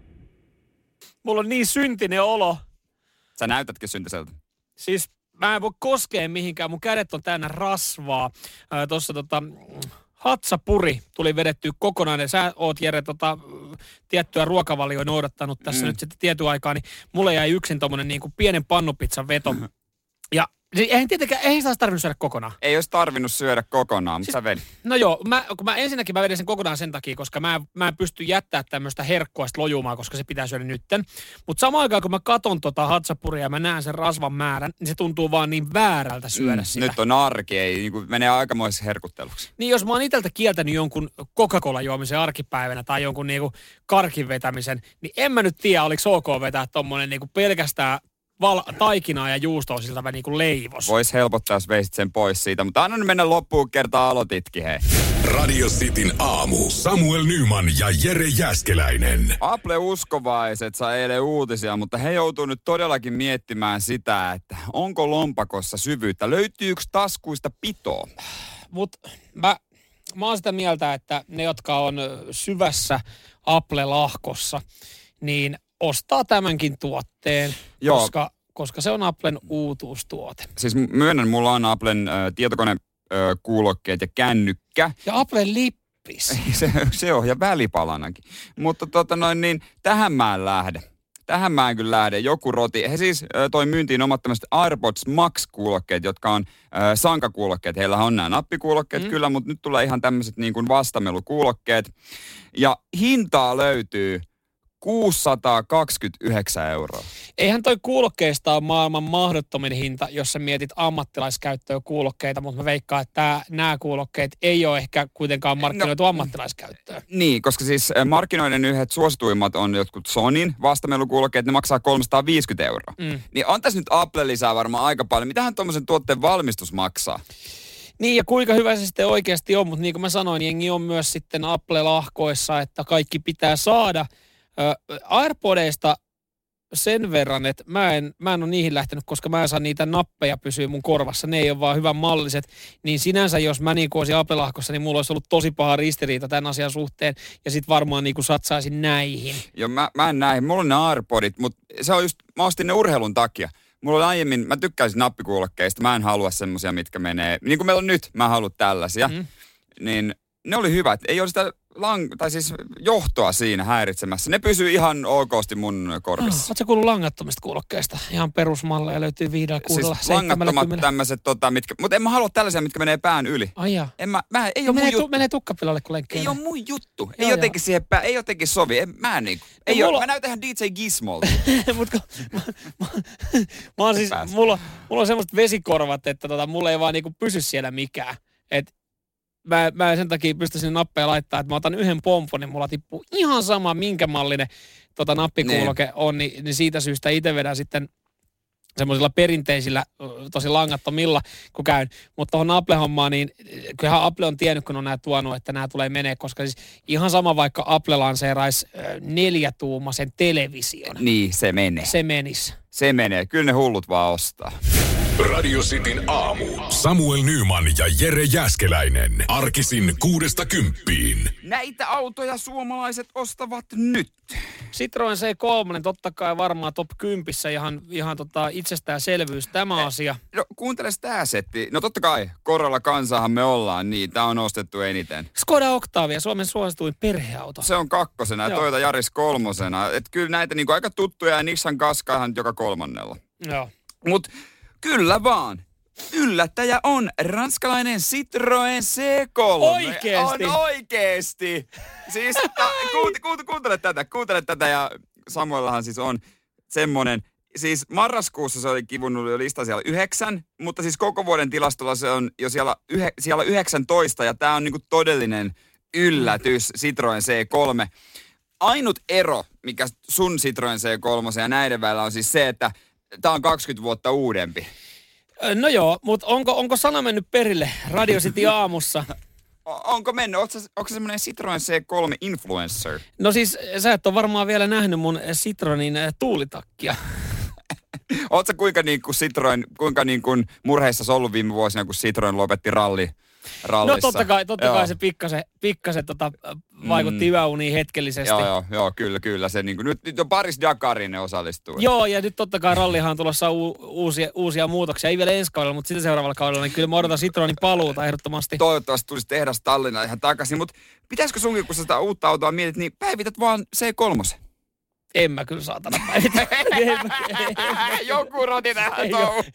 Mulla on niin syntinen olo. Sä näytätkin syntiseltä. Siis mä en voi koskea mihinkään, mun kädet on täynnä rasvaa. Äh, Tuossa tota... Hatsapuri tuli vedettyä kokonainen. Sä oot, Jere, tota, tiettyä ruokavalioa noudattanut tässä mm. nyt sitten tietyn aikaa, niin mulle jäi yksin tommonen niin kuin pienen pannupizzan veto. Ja eihän tietenkään, eihän sitä olisi tarvinnut syödä kokonaan. Ei olisi tarvinnut syödä kokonaan, mutta siis, sä vedit. No joo, mä, kun mä ensinnäkin mä vedin sen kokonaan sen takia, koska mä, mä en pysty jättää tämmöistä herkkoa lojumaa, koska se pitää syödä nytten. Mutta samaan aikaan, kun mä katon tota hatsapuria ja mä näen sen rasvan määrän, niin se tuntuu vaan niin väärältä syödä mm, sitä. Nyt on arki, ei niin kuin menee aikamoisessa herkutteluksi. Niin jos mä oon iteltä kieltänyt jonkun Coca-Cola juomisen arkipäivänä tai jonkun niinku karkin vetämisen, niin en mä nyt tiedä, oliko ok vetää tommonen niinku pelkästään val- taikinaa ja juustoa siltä vähän niin kuin leivos. Vois helpottaa, jos veisit sen pois siitä, mutta anna nyt mennä loppuun kertaa aloititkin, hei. Radio Cityn aamu. Samuel Nyman ja Jere Jääskeläinen. Apple-uskovaiset sai eilen uutisia, mutta he joutuu nyt todellakin miettimään sitä, että onko lompakossa syvyyttä. Löytyykö taskuista pitoa? Mut mä, mä oon sitä mieltä, että ne, jotka on syvässä Apple-lahkossa, niin ostaa tämänkin tuotteen, Joo. koska, koska se on Applen uutuustuote. Siis myönnän, mulla on Applen äh, tietokonekuulokkeet ja kännykkä. Ja Applen lippis. se, se on, ja välipalanakin. Mutta tota noin, niin tähän mä en lähde. Tähän mä en kyllä lähde. Joku roti. He siis äh, toi myyntiin omat tämmöiset AirPods Max-kuulokkeet, jotka on äh, sankakuulokkeet. Heillä on nämä nappikuulokkeet mm. kyllä, mutta nyt tulee ihan tämmöiset niin kuin vastamelukuulokkeet. Ja hintaa löytyy kuusisataakaksikymmentäyhdeksän euroa. Eihän toi kuulokkeista ole maailman mahdottomin hinta, jos sä mietit ammattilaiskäyttöä kuulokkeita, mutta mä veikkaan, että nämä kuulokkeet ei ole ehkä kuitenkaan markkinoitu no, ammattilaiskäyttöön. Niin, koska siis markkinoiden yhdet suosituimmat on jotkut Sonyn vastamelukuulokkeet, ne maksaa kolmesataaviisikymmentä euroa. Mm. Niin on tässä nyt Apple lisää varmaan aika paljon. Mitähän tuommoisen tuotteen valmistus maksaa? Niin ja kuinka hyvä se sitten oikeasti on, mutta niin kuin mä sanoin, jengi on myös sitten Apple-lahkoissa, että kaikki pitää saada. Ö, AirPodeista sen verran, että mä en, mä en ole niihin lähtenyt, koska mä en saa niitä nappeja pysyä mun korvassa. Ne ei ole vaan hyvän malliset. Niin sinänsä, jos mä niin kuin olisin Apple-lahkossa, niin mulla olisi ollut tosi paha ristiriita tämän asian suhteen. Ja sit varmaan niin kuin satsaisin näihin. Joo, mä, mä en näihin. Mulla on ne AirPodit, mutta se on just, mä ostin ne urheilun takia. Mulla oli aiemmin, mä tykkäisin nappikuulokkeista. Mä en halua semmosia, mitkä menee, niin kuin meillä on nyt, mä haluan tällaisia. Mm. Niin ne oli hyvät. Ei ole sitä lang- tai siis johtoa siinä häiritsemässä. Ne pysyy ihan okosti mun korvissa. Oh, ootko kuullut langattomista kuulokkeista? Ihan perusmalleja löytyy viidellä, kuudella, siis langattomat tämmöiset, tota, mitkä, mutta en mä halua tällaisia, mitkä menee pään yli. Ai jaa. En mä, mä, ei ole menee, mun juttu. Tu- menee tukkapilalle, kun lenkkii. Ei ole mun juttu. Ei joo, jotenkin joo. siihen pää, ei jotenkin sovi. En, mä en niinku. Ei mulla... ole, mä näytän ihan D J Gizmolta. Mutta mä, mä, mä oon siis, mulla, mulla on semmoiset vesikorvat, että tota, mulla ei vaan niinku pysy siellä mikään. Että Mä, mä sen takia pystyn sinne nappeja laittaa, että mä otan yhden pompon, niin mulla tippuu ihan sama, minkä mallinen tota nappikuuloke on, niin, niin siitä syystä itse vedän sitten semmoisilla perinteisillä, tosi langattomilla, kun käyn. Mutta tuohon Apple-hommaan, niin kyllähän Apple on tiennyt, kun on nämä tuonut, että nämä tulee menee, koska siis ihan sama vaikka Apple lanseeraisi neljätuumaisen television. Niin, se menee. Se menisi. Se menee. Kyllä ne hullut vaan ostaa. Radio Cityn aamu. Samuel Nyman ja Jere Jääskeläinen. Arkisin kuudesta kymppiin. Näitä autoja suomalaiset ostavat nyt. Citroen C kolme, totta kai varmaan top kympissä ihan, ihan tota itsestäänselvyys tämä eh, asia. No kuuntele tää setti. No totta kai, Corolla kansahan me ollaan, niin tää on ostettu eniten. Skoda Octavia, Suomen suosituin perheauto. Se on kakkosena ja Toyota Yaris kolmosena. Et kyllä näitä niinku aika tuttuja ja Nissan Qashqaihan joka kolmannella. Joo. Mut kyllä vaan. Yllättäjä on ranskalainen Citroen C kolme. Oikeesti? On oikeesti. Siis ta, kuuntele, kuuntele, kuuntele tätä, kuuntele tätä ja Samuellahan siis on semmonen. Siis marraskuussa se oli kivunnut jo lista siellä yhdeksän, mutta siis koko vuoden tilastolla se on jo siellä, yhe, siellä yhdeksäntoista ja tää on niinku todellinen yllätys Citroen C kolme. Ainut ero, mikä sun Citroen C kolme ja näiden välillä on siis se, että Tää on kaksikymmentä vuotta uudempi. No joo, mutta onko, onko sana mennyt perille Radio City aamussa? Onko mennyt? Onko se, onko se semmoinen Citroen C kolme influencer? No siis sä et ole varmaan vielä nähnyt mun Citroenin tuulitakkia. Ootko kuinka niin kuin Citroen, kuinka niin kuin murheissa sä ollut viime vuosina, kun Citroen lopetti ralli? Rallissa. No totta kai, totta kai se pikkasen, pikkasen tota, vaikutti mm. yöuniin hetkellisesti. Joo, joo, joo, kyllä, kyllä. Se, niin kuin, nyt, nyt on Paris Dakariin ne osallistuu. Joo, ja nyt totta kai rallihan on tulossa u- uusia, uusia muutoksia. Ei vielä ensi kaudella, mutta sitä seuraavalla kaudella. Niin kyllä mä odotan Citroenin paluuta ehdottomasti. Toivottavasti tulisi tehdas Tallinna ihan takaisin. Mutta pitäisikö sunkin, kun sä sitä uutta autoa mietit, niin päivität vaan C kolme. En mä kyllä saatana päivitä. Joku roti tähän touhuun.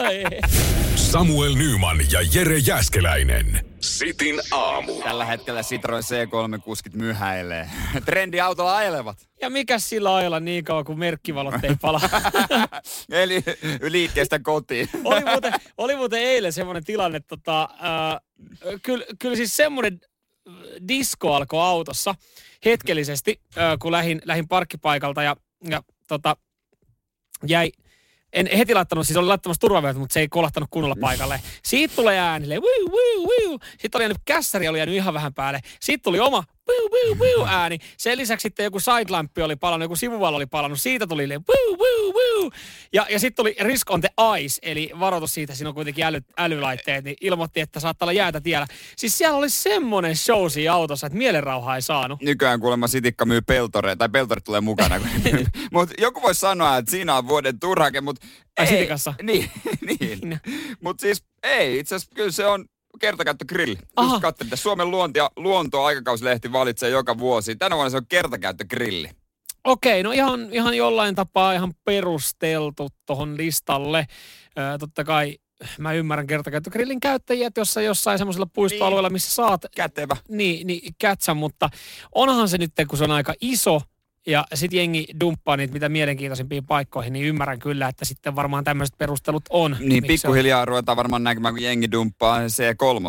Samuel Nyman ja Jere Jääskeläinen. Sitin aamu. Tällä hetkellä Citroen C kolme kuskit myhäilee. Trendiautolla ajelevat. Ja mikä sillä ajella niin kauan, kun merkkivalot ei pala? Eli liikkeestä kotiin. oli, muuten, oli muuten eilen semmoinen tilanne, tota, äh, kyllä, kyllä siis semmoinen disko alkoi autossa hetkellisesti, äh, kun lähin, lähin parkkipaikalta ja, ja tota, jäi... En heti laittanut, siis oli laittamassa turvavyötä, mutta se ei kolahtanut kunnolla paikalle. Siitä tulee äänille, wiu, wiu, wiu. Sitten oli jäänyt kässäri, oli jäänyt ihan vähän päälle. Sitten tuli oma wiu, wiu, wiu ääni. Sen lisäksi sitten joku sidelamppi oli palannut, joku sivuvalo oli palannut. Siitä tuli wiu, wiu, wiu. Ja, ja sitten tuli risk on the ice, eli varoitus siitä, siinä on kuitenkin äly, älylaitteet, niin ilmoitti, että saattaa olla jäätä tiellä. Siis siellä oli semmoinen show siinä autossa, että mielenrauhaa ei saanut. Nykyään kuulemma Sitikka myy peltoreita, tai peltorit tulee mukana. Mutta joku voisi sanoa, että siinä on vuoden turhake, mutta Ai Sitikassa? Niin, niin. Mutta siis ei, itse asiassa kyllä se on kertakäyttögrilli. Just katselin, että Suomen luonto- ja luonto-aikakauslehti valitsee joka vuosi. Tänä vuonna se on kertakäyttögrilli. Okei, no ihan, ihan jollain tapaa ihan perusteltu tohon listalle. Ö, totta kai mä ymmärrän kertakäyttögrillin käyttäjiä, että jos jossain semmoisella puistoalueella, missä saat... Kätevä. Niin, niin kätsän, mutta onhan se nyt, kun se on aika iso, ja sitten jengi dumppaa niitä mitä mielenkiintoisimpiin paikkoihin, niin ymmärrän kyllä, että sitten varmaan tämmöiset perustelut on. Niin, pikkuhiljaa on? ruvetaan varmaan näkemään, kun jengi dumppaa C kolme.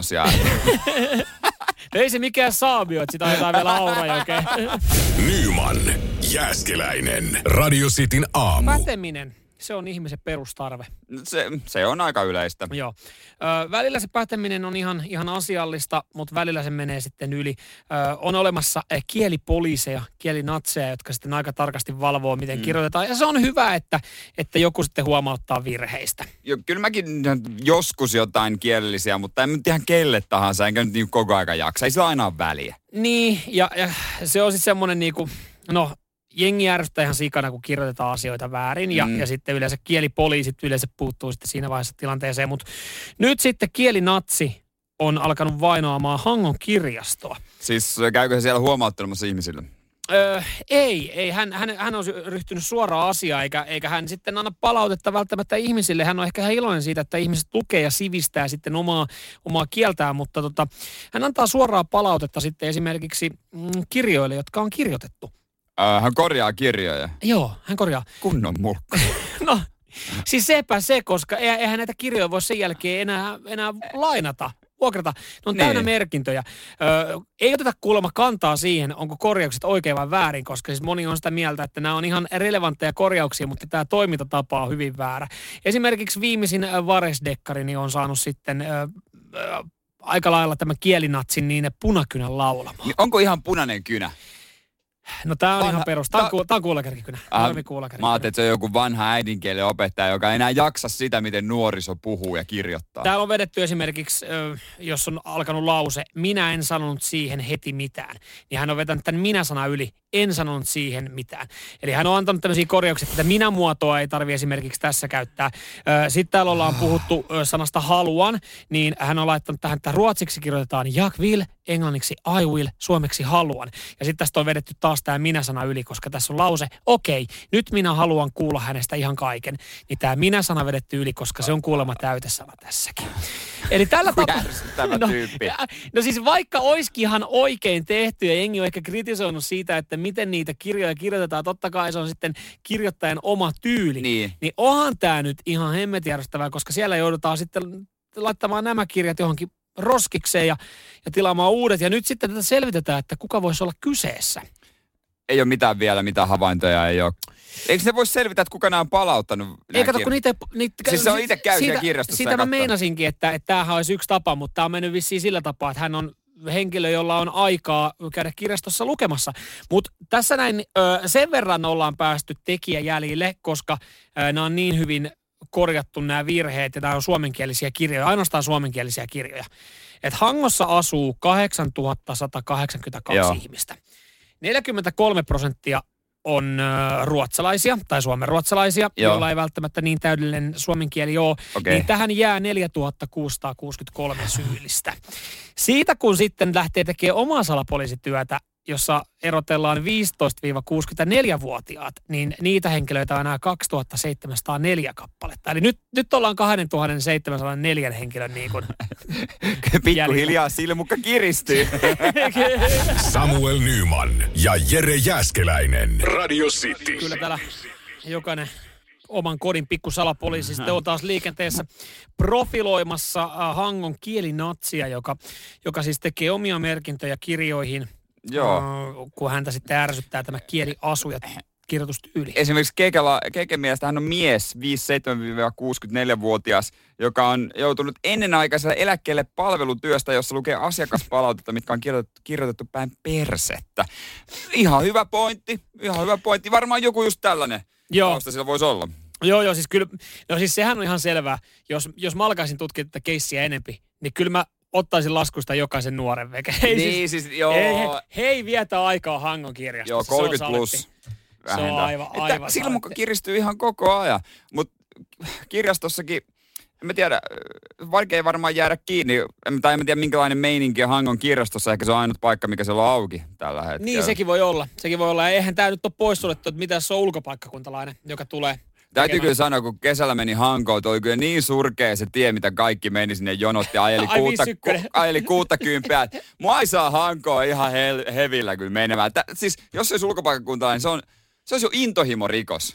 No ei se mikään saabio, että sitä ajetaan vielä Aurajokeen. Nyman, Jääskeläinen, Radio Cityn aamu. Päteminen, se on ihmisen perustarve. Se, se on aika yleistä. Joo. Ö, välillä se päteminen on ihan, ihan asiallista, mutta välillä se menee sitten yli. Ö, on olemassa kielipoliiseja, kielinatseja, jotka sitten aika tarkasti valvoo, miten mm. kirjoitetaan. Ja se on hyvä, että, että joku sitten huomauttaa virheistä. Jo, kyllä mäkin joskus jotain kielellisiä, mutta en nyt ihan kelle tahansa, enkä nyt niin koko aika jaksa. Ei sillä aina ole väliä. Niin, ja, ja se on sitten semmoinen niinku, no... Jengi ärsyttää ihan sikana, kun kirjoitetaan asioita väärin ja, mm. ja sitten yleensä kielipoliisit yleensä puuttuu sitten siinä vaiheessa tilanteeseen. Mutta nyt sitten kielinatsi on alkanut vainoamaan Hangon kirjastoa. Siis käykö se siellä huomauttelemassa ihmisille? Öö, ei, ei. Hän, hän, hän on ryhtynyt suoraan asiaan, eikä, eikä hän sitten anna palautetta välttämättä ihmisille. Hän on ehkä ihan iloinen siitä, että ihmiset lukee ja sivistää sitten omaa, omaa kieltään, mutta tota, hän antaa suoraa palautetta sitten esimerkiksi mm, kirjoille, jotka on kirjoitettu. Äh, hän korjaa kirjoja. Joo, hän korjaa. Kunnon mulkka. No, siis sepä se, koska eihän näitä kirjoja voi sen jälkeen enää, enää lainata, vuokrata. Ne on täynnä niin. merkintöjä. Ö, ei oteta kuulemma kantaa siihen, onko korjaukset oikein vai väärin, koska siis moni on sitä mieltä, että nämä on ihan relevantteja korjauksia, mutta tämä toimintatapa on hyvin väärä. Esimerkiksi viimeisin Vares-dekkari niin on saanut sitten... Ö, ö, aika lailla tämän kielinatsin niin punakynän laulamaan. Onko ihan punainen kynä? No tää on vanha, ihan perus. Tää on, ku, tää on kuulakärkikynä. Äh, mä ajattelin, että se on joku vanha äidinkielen opettaja, joka ei enää jaksa sitä, miten nuoriso puhuu ja kirjoittaa. Täällä on vedetty esimerkiksi, jos on alkanut lause, minä en sanonut siihen heti mitään. Niin hän on vetänyt tämän minä-sana yli, en sanonut siihen mitään. Eli hän on antanut tämmöisiä korjauksia, että minä-muotoa ei tarvitse esimerkiksi tässä käyttää. Sitten täällä ollaan puhuttu sanasta haluan, niin hän on laittanut tähän, että ruotsiksi kirjoitetaan jag vill, englanniksi I will, suomeksi haluan. Ja sitten tästä on vedetty taas tämä minä-sana yli, koska tässä on lause, okei, okay, nyt minä haluan kuulla hänestä ihan kaiken. Niin tämä minä-sana vedetty yli, koska se on kuulemma täytesana tässäkin. Eli tällä tapaa... no, no siis vaikka olisikin ihan oikein tehty ja jengi on ehkä kritisoinut siitä, että miten niitä kirjoja kirjoitetaan, totta kai se on sitten kirjoittajan oma tyyli. Niin, niin onhan tämä nyt ihan hemmetjärjestävää, koska siellä joudutaan sitten laittamaan nämä kirjat johonkin roskikseen ja, ja tilaamaan uudet. Ja nyt sitten tätä selvitetään, että kuka voisi olla kyseessä. Ei ole mitään vielä, mitään havaintoja ei ole Eikö se voi selvitä, että kuka nämä on palauttanut? Ei kato, kun niitä... niitä siis se on itse käy siellä kirjastossa. Siitä mä meinasinkin, että, että tämähän olisi yksi tapa, mutta tämä on mennyt vissiin sillä tapaa, että hän on henkilö, jolla on aikaa käydä kirjastossa lukemassa. Mutta tässä näin sen verran ollaan päästy tekijäjäljille, koska nämä on niin hyvin korjattu nämä virheet, ja nämä on suomenkielisiä kirjoja, ainoastaan suomenkielisiä kirjoja. Että Hangossa asuu kahdeksantuhatta sata kahdeksankymmentäkaksi Joo. ihmistä. neljäkymmentäkolme prosenttia on ruotsalaisia tai suomenruotsalaisia, Joo. joilla ei välttämättä niin täydellinen suomen kieli ole, okay. niin tähän jää neljätuhatta kuusisataakuusikymmentäkolme syyllistä. Siitä kun sitten lähtee tekemään omaa salapoliisityötä, jossa erotellaan viisitoista-kuusikymmentäneljä-vuotiaat, niin niitä henkilöitä on enää kaksituhattaseitsemänsataaneljä kappaletta. Eli nyt, nyt ollaan kaksituhattaseitsemänsataaneljä henkilön niin kuin pikkuhiljaa silmukka kiristyy. Samuel Nyman ja Jere Jääskeläinen. Radio City. Kyllä täällä jokainen oman kodin pikkusalapoliisi sitten on taas liikenteessä profiloimassa Hangon kielinatsia, joka, joka siis tekee omia merkintöjä kirjoihin. Joo. Kun häntä sitten ärsyttää tämä kieliasu ja kirjoitustyyli. Esimerkiksi Kekela, Keken mielestä hän on mies, viisikymmentäseitsemän-kuusikymmentäneljä-vuotias, joka on joutunut ennenaikaiselle eläkkeelle palvelutyöstä, jossa lukee asiakaspalautetta, mitkä on kirjoitettu, kirjoitettu päin persettä. Ihan hyvä pointti, ihan hyvä pointti. Varmaan joku just tällainen tausta sillä voisi olla. Joo, joo, siis kyllä, no siis sehän on ihan selvää. Jos, jos mä alkaisin tutkia tätä keissiä enempi, niin kyllä mä ottaisin laskusta jokaisen nuoren veke. Hei, niin siis, siis joo. Hei, hei, hei vietä aikaa Hangon kirjastossa. Joo, kolmekymmentä plus. Se on aivan, aivan. Silmukka kiristyy ihan koko ajan. Mutta kirjastossakin, en mä tiedä, vaikea varmaan jäädä kiinni. Tai en mä tiedä, minkälainen meininki on Hangon kirjastossa. Ehkä se on ainut paikka, mikä siellä on auki tällä hetkellä. Niin, sekin voi olla. Sekin voi olla. Ja eihän tämä nyt ole poissuljettu, että mitä se on ulkopaikkakuntalainen, joka tulee. Täytyy kyllä sanoa, kun kesällä meni Hankoon, oli kyllä niin surkea se tie, mitä kaikki meni sinne jonot ja ajeli, kuutta, ku, ajeli kuuttakymppää. Mua ei saa Hankoon ihan he, hevillä kyllä menemään. Tä, siis jos se olisi ulkopaikkakuntalainen, se, on, se olisi jo intohimorikos.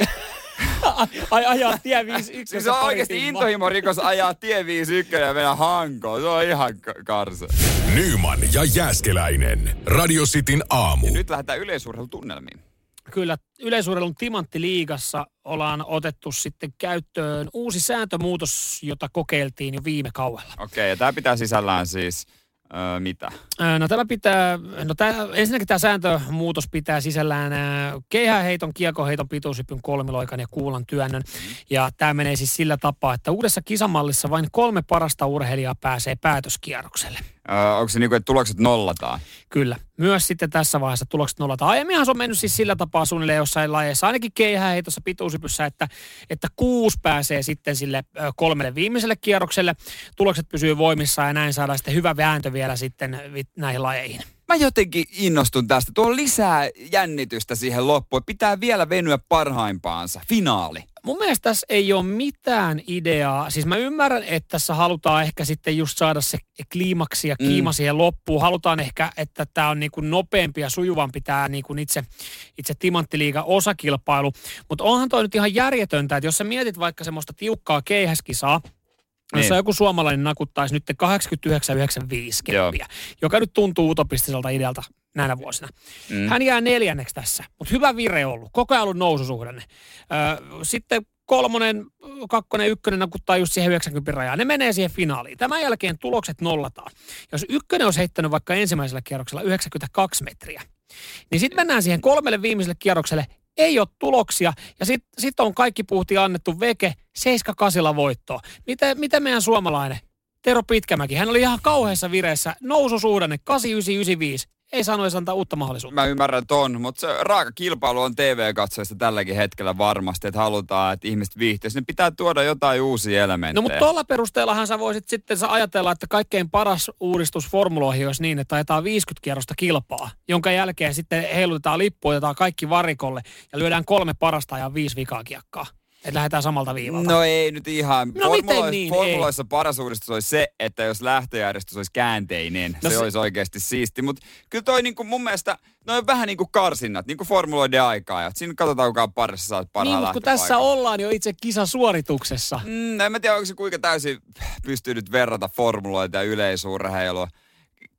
Ai ajaa tie viisikymmentäyksi. Siis se on oikeasti intohimorikos ajaa tie viisikymmentäyksi ja mennä Hankoon. Se on ihan karse. Nyman ja Jääskeläinen. Radio Cityn aamu. Ja nyt lähdetään yleisurheilutunnelmiin. Kyllä, yleisurheilun timanttiliigassa ollaan otettu sitten käyttöön uusi sääntömuutos, jota kokeiltiin jo viime kaudella. Okei, okay, ja tämä pitää sisällään siis öö, mitä? No tämä pitää, no tämä, ensinnäkin tämä sääntömuutos pitää sisällään keihäheiton, kiekoheiton, pituushypyn, kolmiloikan ja kuulan työnnön. Mm. Ja tämä menee siis sillä tapaa, että uudessa kisamallissa vain kolme parasta urheilijaa pääsee päätöskierrokselle. Öö, onko se niin kuin, että tulokset nollataan? Kyllä. Myös sitten tässä vaiheessa tulokset nollataan. Aiemminhan se on mennyt siis sillä tapaa suunnilleen jossain lajeissa, ainakin keihäheitossa, pituushypyssä, että, että kuusi pääsee sitten sille kolmelle viimeiselle kierrokselle. Tulokset pysyy voimissaan ja näin saadaan sitten hyvä vääntö vielä sitten näihin lajeihin. Mä jotenkin innostun tästä. Tuo on lisää jännitystä siihen loppuun. Pitää vielä venyä parhaimpaansa. Finaali. Mun mielestä tässä ei ole mitään ideaa. Siis mä ymmärrän, että tässä halutaan ehkä sitten just saada se kliimaksi ja kiima mm. siihen loppuun. Halutaan ehkä, että tämä on niin kuin nopeampi ja sujuvampi tämä niin kuin itse, itse timanttiliigan osakilpailu. Mutta onhan toi nyt ihan järjetöntä, että jos sä mietit vaikka semmoista tiukkaa keihäskisaa, niin. Jossa joku suomalainen nakuttaisi nyt kahdeksankymmentäyhdeksän pilkku yhdeksänkymmentäviisi keppiä, joka nyt tuntuu utopistiselta idealta näinä vuosina. Mm. Hän jää neljänneksi tässä, mutta hyvä vire ollut. Koko ajan ollut noususuhdanne. Öö, sitten kolmonen, kakkonen, ykkönen nakuttaa just siihen yhdeksänkymmentä rajaan. Ne menee siihen finaaliin. Tämän jälkeen tulokset nollataan. Jos ykkönen olisi heittänyt vaikka ensimmäisellä kierroksella yhdeksänkymmentäkaksi metriä, niin sitten mennään siihen kolmelle viimeiselle kierrokselle. Ei ole tuloksia, ja sitten sit on kaikki puhti annettu veke, seitsemän kahdeksan voittoa. Miten, miten meidän suomalainen Tero Pitkämäki, hän oli ihan kauheassa vireessä, noususuhdanne kahdeksankymmentäyhdeksän yhdeksänkymmentäviisi, ei sanoisi antaa uutta mahdollisuutta. Mä ymmärrän ton, mutta se raaka kilpailu on T V-katsojista tälläkin hetkellä varmasti, että halutaan, että ihmiset viihtyisi. Ne pitää tuoda jotain uusia elementtejä. No mutta tuolla perusteellahan sä voisit sitten ajatella, että kaikkein paras uudistus formuloihin olisi niin, että ajetaan viisikymmentä kierrosta kilpaa, jonka jälkeen sitten heilutetaan lippu, otetaan kaikki varikolle ja lyödään kolme parasta ja viisi vikaa kiekkaa. Että lähdetään samalta viivalta. No ei nyt ihan. No Formulois, niin? Formuloissa paras uudistus olisi se, että jos lähtöjärjestys olisi käänteinen, no se, se olisi oikeasti siisti. Mutta kyllä toi niinku mun mielestä, no on vähän niin kuin karsinnat, niin kuin formuloiden aikaa. Ja siinä katsotaan, kuka on parissa saat parhaan niin, mutta kun tässä ollaan jo itse kisasuorituksessa. Mm, en mä tiedä, onko se kuinka täysin pystyy nyt verrata formuloita ja yleisurheilua.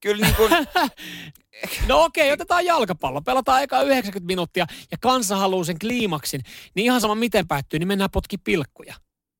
kyllä niin kuin... No okei, okay, otetaan jalkapallo. Pelataan eka yhdeksänkymmentä minuuttia ja kansa haluaa sen kliimaksin. Niin ihan sama miten päättyy, niin mennään potki pilkkuja.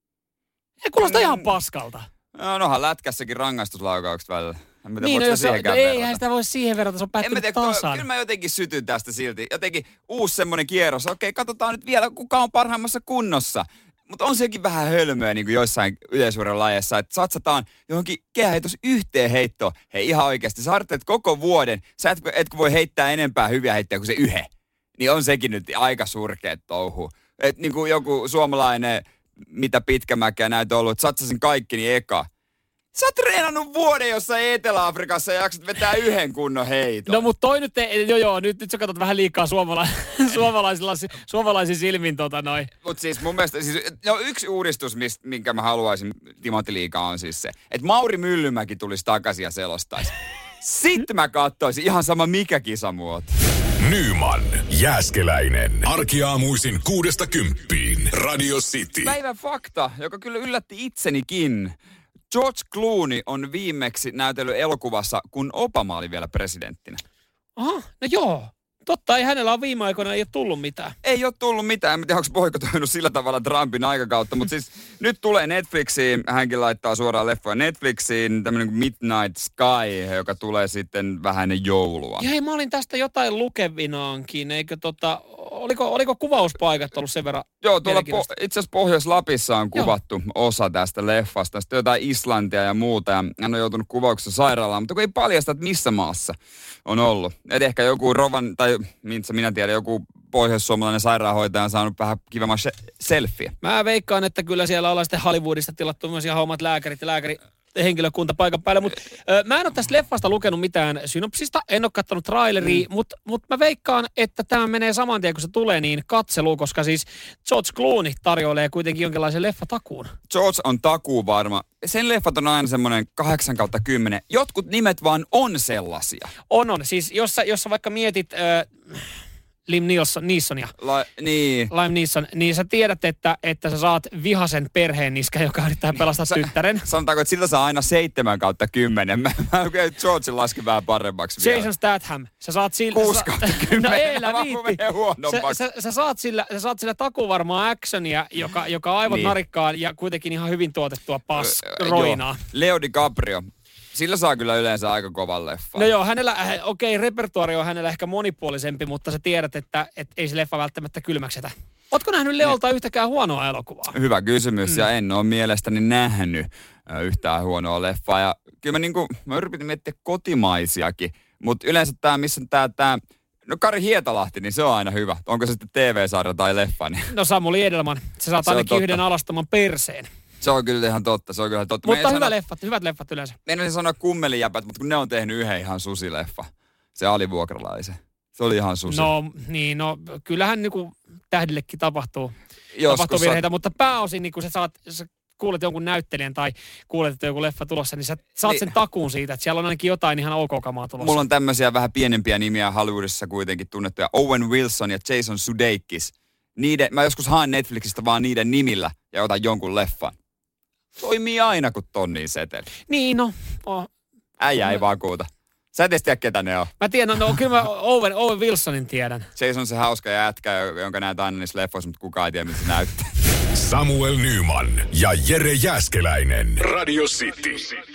Ei kuulosta mm. ihan paskalta. No onhan lätkässäkin rangaistuslaukaukset välillä. En tiedä, niin, no, sitä no eihän sitä voi siihen verrata, se on päättynyt tasan. Kyllä mä jotenkin sytyn tästä silti. Jotenkin uusi semmoinen kierros. Okei, katsotaan nyt vielä, kuka on parhaimmassa kunnossa. Mutta on sekin vähän hölmöä niin kuin joissain yleisurheilun lajeissa, että satsataan johonkin kehäheitos yhteen heittoon. Hei ihan oikeasti, sä harjoittelet koko vuoden, sä et, etkö voi heittää enempää hyviä heittejä kuin se yhden. Niin on sekin nyt aika surkeet touhu. Että niin kuin joku suomalainen, mitä Pitkämäkeä näitä on ollut, että satsasin kaikki niin eka. Sä oot treenannut vuoden jossain Etelä-Afrikassa ja jaksat vetää yhden kunnon heiton. No mut toi nyt, te, joo joo, nyt, nyt sä katsot vähän liikaa suomala, suomalaisilla, suomalaisia silmin tota noin. Mut siis mun mielestä, siis, no yksi uudistus, mist, minkä mä haluaisin Timothy-liigaan on siis se, että Mauri Myllymäki tulisi takaisin ja selostaisi. Sitten mä katsoisin ihan sama mikä kisamuoto. Nyman, Jääskeläinen. Arkiaamuisin kuudesta kymppiin. Radio City. Päivän fakta, joka kyllä yllätti itsenikin. George Clooney on viimeksi näytellyt elokuvassa, kun Obama oli vielä presidenttinä. Aha, no joo. Totta, ei hänellä ole viime aikoina ei ole tullut mitään. Ei ole tullut mitään. En tiedä, onko boikotoinut sillä tavalla Trumpin aikakautta, mutta siis nyt tulee Netflixiin. Hänkin laittaa suoraan leffoja Netflixiin. Tämmöinen Midnight Sky, joka tulee sitten vähän ennen joulua. Ja hei, mä olin tästä jotain lukevinaankin. Eikö tota, oliko, oliko kuvauspaikat ollut sen verran? Joo, tuolla po- itse asiassa Pohjois-Lapissa on kuvattu Joo. osa tästä leffasta. Sitten jotain Islantia ja muuta. Ja hän on joutunut kuvauksessa sairaalaan, mutta kun ei paljasta, että missä maassa on ollut. Et ehkä joku Rovan, tai minä tiedän, joku pohjois-suomalainen sairaanhoitaja on saanut vähän kivemman selfie. Mä veikkaan, että kyllä siellä ollaan sitten Hollywoodista tilattu myös ihan omat lääkärit ja lääkäri henkilökunta paikan päälle, mutta mä en ole tästä leffasta lukenut mitään synopsista, en ole katsonut traileria, mm. mutta mut mä veikkaan, että tämä menee saman tien, kun se tulee, niin katseluun, koska siis George Clooney tarjoilee kuitenkin jonkinlaisen leffatakuun. George on takuu varma. Sen leffat on aina semmoinen kahdeksan kautta kymmenen. Jotkut nimet vaan on sellaisia. On, on. Siis jos sä, jos sä vaikka mietit... Äh, Liam Neesonia. La, niin. Liam Neeson, niin sä tiedät, että, että sä saat vihasen perheen niskä, joka yrittää pelastaa sä, tyttären. Sanotaanko, että siltä saa aina seitsemän kautta kymmenen. Mä, mä George lasken vähän paremmaksi vielä. Jason Statham. Sä saat sillä... Kuusi kautta kymmenen. No ei, älä viitti. Sä, sä, sä, saat sillä, sä saat sillä takuvarmaa actionia, joka, joka aivot niin. narikkaan ja kuitenkin ihan hyvin tuotettua paskroinaa. Leo DiCaprio. Sillä saa kyllä yleensä aika kovan leffa. No joo, hänellä, okei, okay, repertuaari on hänellä ehkä monipuolisempi, mutta sä tiedät, että et ei se leffa välttämättä kylmäksetä. Ootko nähnyt Leolta ne. yhtäkään huonoa elokuvaa? Hyvä kysymys, mm. ja en ole mielestäni nähnyt yhtään huonoa leffaa. Ja kyllä mä, niinku, mä yritin miettiä kotimaisiakin, mutta yleensä tämä, missä tämä... Tää, no Kari Hietalahti, niin se on aina hyvä. Onko se sitten T V-sarja tai leffa? Niin... No Samuli Edelman, sä saat se ainakin yhden alastaman perseen. Se on kyllä ihan totta, se on kyllä totta. Mutta hyvä sano, leffat, hyvät leffat yleensä. Meinasin sanoa kummelijäpät, mutta kun ne on tehnyt yhden ihan susileffa. Se alivuokralaisen. Se oli ihan susi. No niin, no kyllähän niinku tähdillekin tapahtuu, tapahtuu virheitä, saat... mutta pääosin niin kun sä saat, sä kuulet jonkun näyttelijän tai kuulet, että joku leffa tulossa, niin sä saat niin. sen takuun siitä, että siellä on ainakin jotain ihan ok-kamaa tulossa. Mulla on tämmöisiä vähän pienempiä nimiä Hollywoodissa kuitenkin tunnettuja. Owen Wilson ja Jason Sudeikis. Niiden, mä joskus haen Netflixistä vaan niiden nimillä ja otan jonkun leffan. Toimii aina, kun tonniin seteli. Niin, no. Oh. Äijä ei vakuuta. Sä et edes tiedä, ketä ne on. Mä tiedän, no kyllä mä Owen, Owen Wilsonin tiedän. Jason on se hauska jätkä, jonka näet aina niissä leffoissa, mutta kukaan ei tiedä, mitä se näyttää. Samuel Nyman ja Jere Jääskeläinen. Radio City.